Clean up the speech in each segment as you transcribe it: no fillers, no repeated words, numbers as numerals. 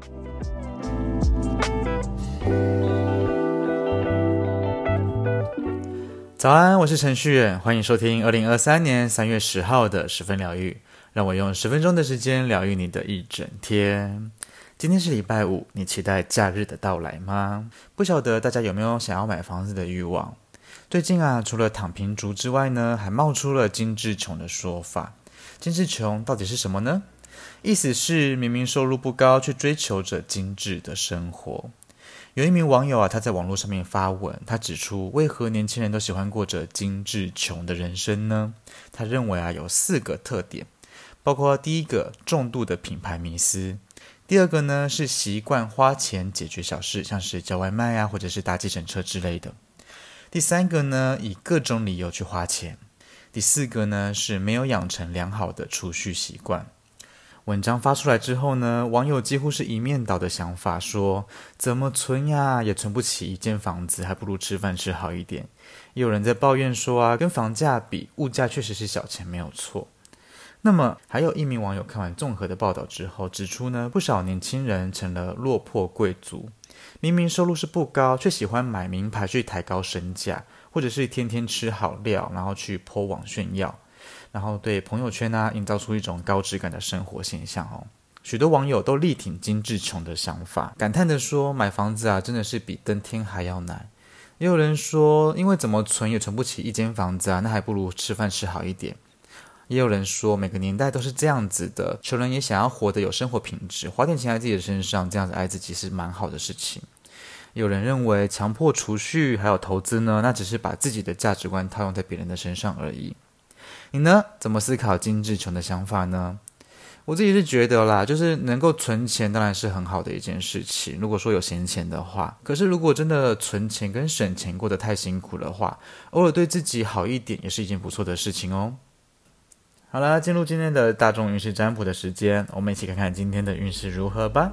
早安，我是程序员，欢迎收听2023年3月10号的10分疗愈，让我用10分钟的时间疗愈你的一整天。今天是礼拜五，你期待假日的到来吗？不晓得大家有没有想要买房子的欲望？最近啊，除了躺平族之外呢，还冒出了精致穷的说法。精致穷到底是什么呢？意思是明明收入不高，却追求着精致的生活。有一名网友啊，他在网络上面发文，他指出为何年轻人都喜欢过着精致穷的人生呢？他认为啊，有4个特点，包括第一个，重度的品牌迷思；第二个呢，是习惯花钱解决小事，像是叫外卖啊，或者是搭计程车之类的；第三个呢，以各种理由去花钱；第4个呢，是没有养成良好的储蓄习惯。文章发出来之后呢，网友几乎是一面倒的想法，说怎么存呀，也存不起一间房子，还不如吃饭吃好一点。也有人在抱怨说啊，跟房价比，物价确实是小钱没有错。那么还有一名网友看完综合的报道之后指出呢，不少年轻人成了落魄贵族，明明收入是不高，却喜欢买名牌去抬高身价，或者是天天吃好料，然后去 po 网炫耀，然后对朋友圈啊营造出一种高质感的生活现象哦。许多网友都力挺精致穷的想法，感叹的说，买房子啊真的是比登天还要难。也有人说，因为怎么存也存不起一间房子啊，那还不如吃饭吃好一点。也有人说，每个年代都是这样子的，穷人也想要活得有生活品质，花点钱在自己的身上，这样子爱自己是蛮好的事情。有人认为强迫储蓄还有投资呢，那只是把自己的价值观套用在别人的身上而已。你呢？怎么思考精致穷的想法呢？我自己是觉得啦，就是能够存钱当然是很好的一件事情，如果说有闲钱的话。可是如果真的存钱跟省钱过得太辛苦的话，偶尔对自己好一点也是一件不错的事情哦。好啦，进入今天的大众运势占卜的时间，我们一起看看今天的运势如何吧。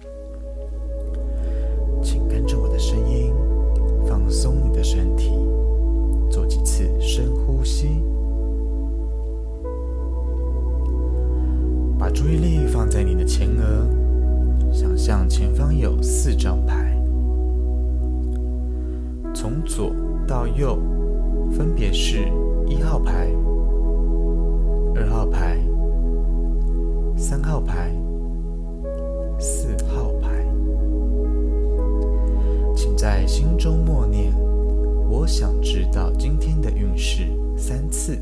请跟着我的声音，放松你的身体，做几次深呼吸，把注意力放在你的前额，想象前方有4张牌，从左到右分别是1号牌、2号牌、3号牌、4号牌。请在心中默念，我想知道今天的运势3次。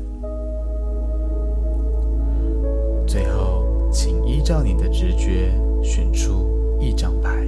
最后请依照你的直觉选出1张牌。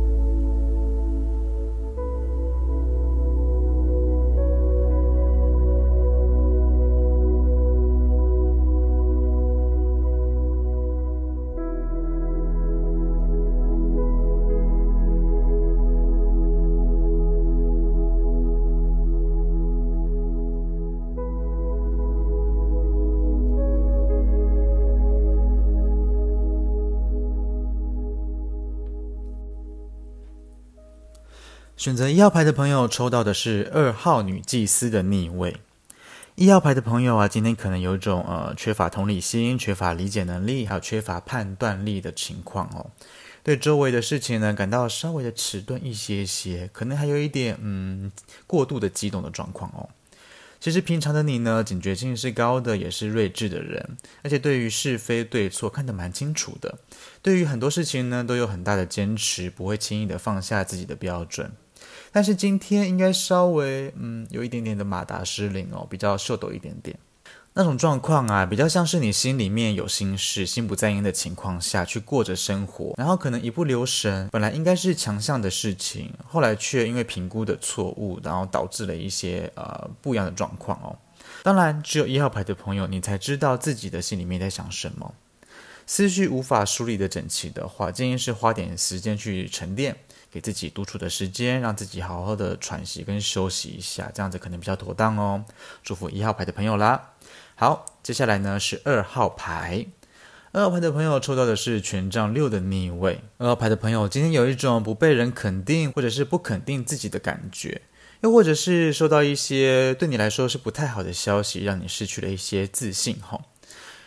选择1号牌的朋友抽到的是2号女祭司的逆位。1号牌的朋友啊，今天可能有一种缺乏同理心、缺乏理解能力，还有缺乏判断力的情况哦。对周围的事情呢，感到稍微的迟钝一些，可能还有一点过度的激动的状况哦。其实平常的你呢，警觉性是高的，也是睿智的人，而且对于是非对错看得蛮清楚的。对于很多事情呢，都有很大的坚持，不会轻易的放下自己的标准。但是今天应该稍微有一点点的马达失灵哦，比较秀逗一点点。那种状况啊，比较像是你心里面有心事，心不在焉的情况下去过着生活，然后可能一不留神，本来应该是强项的事情，后来却因为评估的错误，然后导致了一些不一样的状况哦。当然，只有1号牌的朋友，你才知道自己的心里面在想什么。思绪无法梳理的整齐的话，建议是花点时间去沉淀，给自己独处的时间，让自己好好的喘息跟休息一下，这样子可能比较妥当哦。祝福1号牌的朋友啦。好，接下来呢是2号牌。2号牌的朋友抽到的是权杖6的逆位。2号牌的朋友今天有一种不被人肯定，或者是不肯定自己的感觉，又或者是收到一些对你来说是不太好的消息，让你失去了一些自信吼。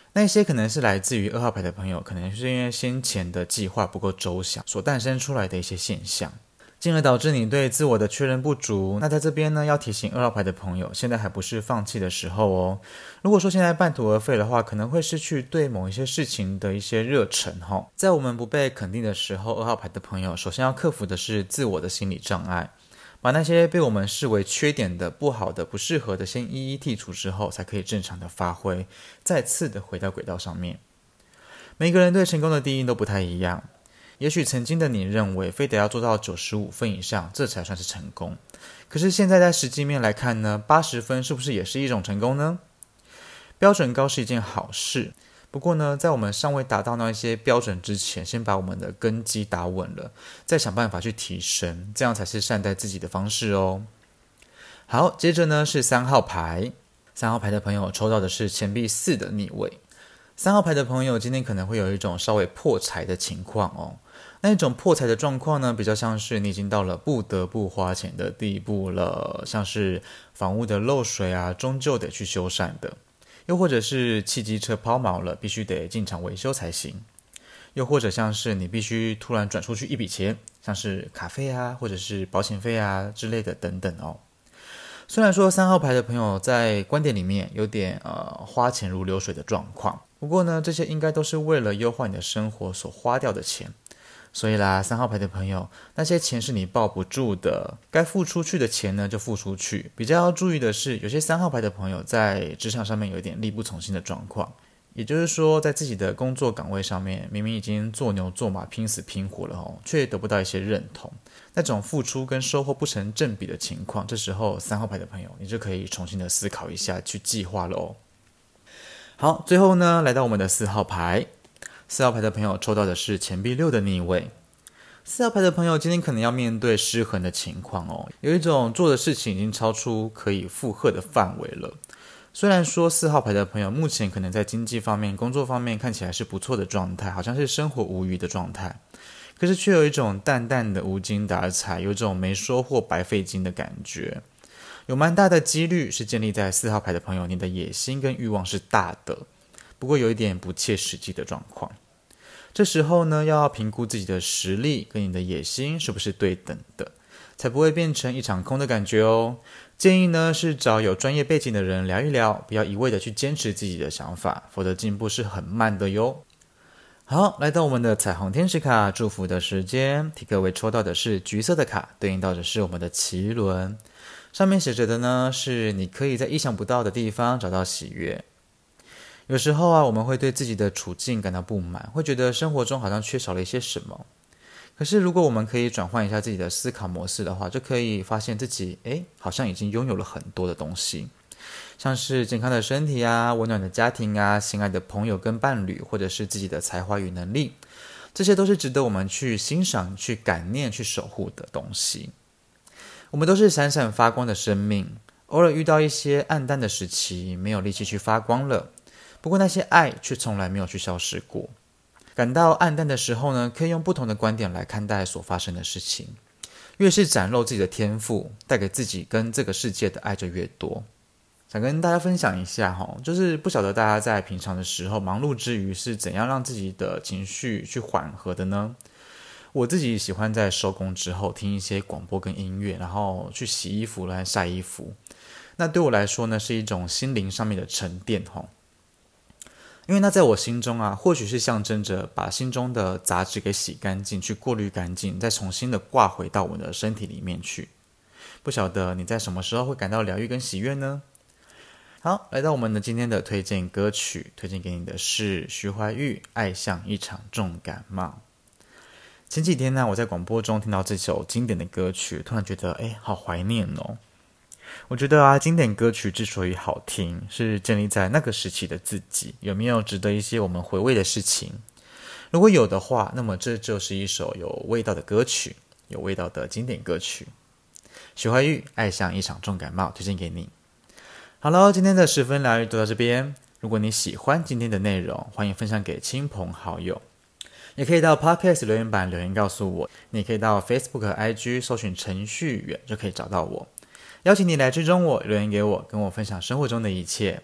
那些可能是来自于2号牌的朋友，可能是因为先前的计划不够周详所诞生出来的一些现象，进而导致你对自我的确认不足。那在这边呢，要提醒2号牌的朋友，现在还不是放弃的时候哦。如果说现在半途而废的话，可能会失去对某一些事情的一些热忱哦。在我们不被肯定的时候，2号牌的朋友首先要克服的是自我的心理障碍，把那些被我们视为缺点的、不好的、不适合的先一一剔除之后，才可以正常的发挥，再次的回到轨道上面。每个人对成功的定义都不太一样，也许曾经的你认为非得要做到95分以上，这才算是成功。可是现在在实际面来看呢，80分是不是也是一种成功呢？标准高是一件好事，不过呢，在我们尚未达到那些标准之前，先把我们的根基打稳了，再想办法去提升，这样才是善待自己的方式哦。好，接着呢是3号牌，3号牌的朋友抽到的是钱币4的逆位。3号牌的朋友今天可能会有一种稍微破财的情况哦。那一种破财的状况呢，比较像是你已经到了不得不花钱的地步了，像是房屋的漏水啊，终究得去修缮的。又或者是汽机车抛锚了，必须得进场维修才行。又或者像是你必须突然转出去一笔钱，像是卡费啊，或者是保险费啊之类的等等哦。虽然说3号牌的朋友在观点里面有点花钱如流水的状况，不过呢，这些应该都是为了优化你的生活所花掉的钱。所以啦，3号牌的朋友，那些钱是你抱不住的，该付出去的钱呢就付出去。比较要注意的是，有些3号牌的朋友在职场上面有一点力不从心的状况，也就是说，在自己的工作岗位上面，明明已经做牛做马拼死拼活了哦，却得不到一些认同，那种付出跟收获不成正比的情况，这时候3号牌的朋友，你就可以重新的思考一下，去计划了哦。好，最后呢，来到我们的4号牌。4号牌的朋友抽到的是钱币6的逆位。4号牌的朋友今天可能要面对失衡的情况哦，有一种做的事情已经超出可以负荷的范围了。虽然说4号牌的朋友目前可能在经济方面、工作方面看起来是不错的状态，好像是生活无虞的状态，可是却有一种淡淡的无精打采，有一种没收获白费劲的感觉。有蛮大的几率是建立在4号牌的朋友，你的野心跟欲望是大的，不过有一点不切实际的状况。这时候呢，要评估自己的实力跟你的野心是不是对等的，才不会变成一场空的感觉哦。建议呢是找有专业背景的人聊一聊，不要一味的去坚持自己的想法，否则进步是很慢的哟。好，来到我们的彩虹天使卡祝福的时间，替各位抽到的是橘色的卡，对应到的是我们的脐轮，上面写着的呢是你可以在意想不到的地方找到喜悦。有时候啊，我们会对自己的处境感到不满，会觉得生活中好像缺少了一些什么。可是如果我们可以转换一下自己的思考模式的话，就可以发现自己好像已经拥有了很多的东西，像是健康的身体啊，温暖的家庭啊，心爱的朋友跟伴侣，或者是自己的才华与能力，这些都是值得我们去欣赏、去感念、去守护的东西。我们都是闪闪发光的生命，偶尔遇到一些暗淡的时期，没有力气去发光了，不过那些爱却从来没有去消失过。感到暗淡的时候呢，可以用不同的观点来看待所发生的事情，越是展露自己的天赋，带给自己跟这个世界的爱就越多。想跟大家分享一下就是不晓得大家在平常的时候忙碌之余是怎样让自己的情绪去缓和的呢？我自己喜欢在收工之后听一些广播跟音乐，然后去洗衣服来晒衣服。那对我来说呢，是一种心灵上面的沉淀因为那在我心中啊，或许是象征着把心中的杂质给洗干净，去过滤干净，再重新的挂回到我的身体里面去。不晓得你在什么时候会感到疗愈跟喜悦呢？好，来到我们的今天的推荐歌曲，推荐给你的是徐怀钰《爱像一场重感冒》。前几天呢，我在广播中听到这首经典的歌曲，突然觉得好怀念哦。我觉得啊，经典歌曲之所以好听，是建立在那个时期的自己有没有值得一些我们回味的事情。如果有的话，那么这就是一首有味道的歌曲，有味道的经典歌曲。徐怀钰《爱像一场重感冒》推荐给你。好了，今天的10分疗愈就到这边。如果你喜欢今天的内容，欢迎分享给亲朋好友，也可以到 Podcast 留言板留言告诉我。你也可以到 Facebook 和 IG 搜寻程序员就可以找到我。邀请你来追踪我，留言给我，跟我分享生活中的一切。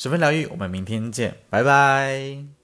十分疗愈，我们明天见，拜拜。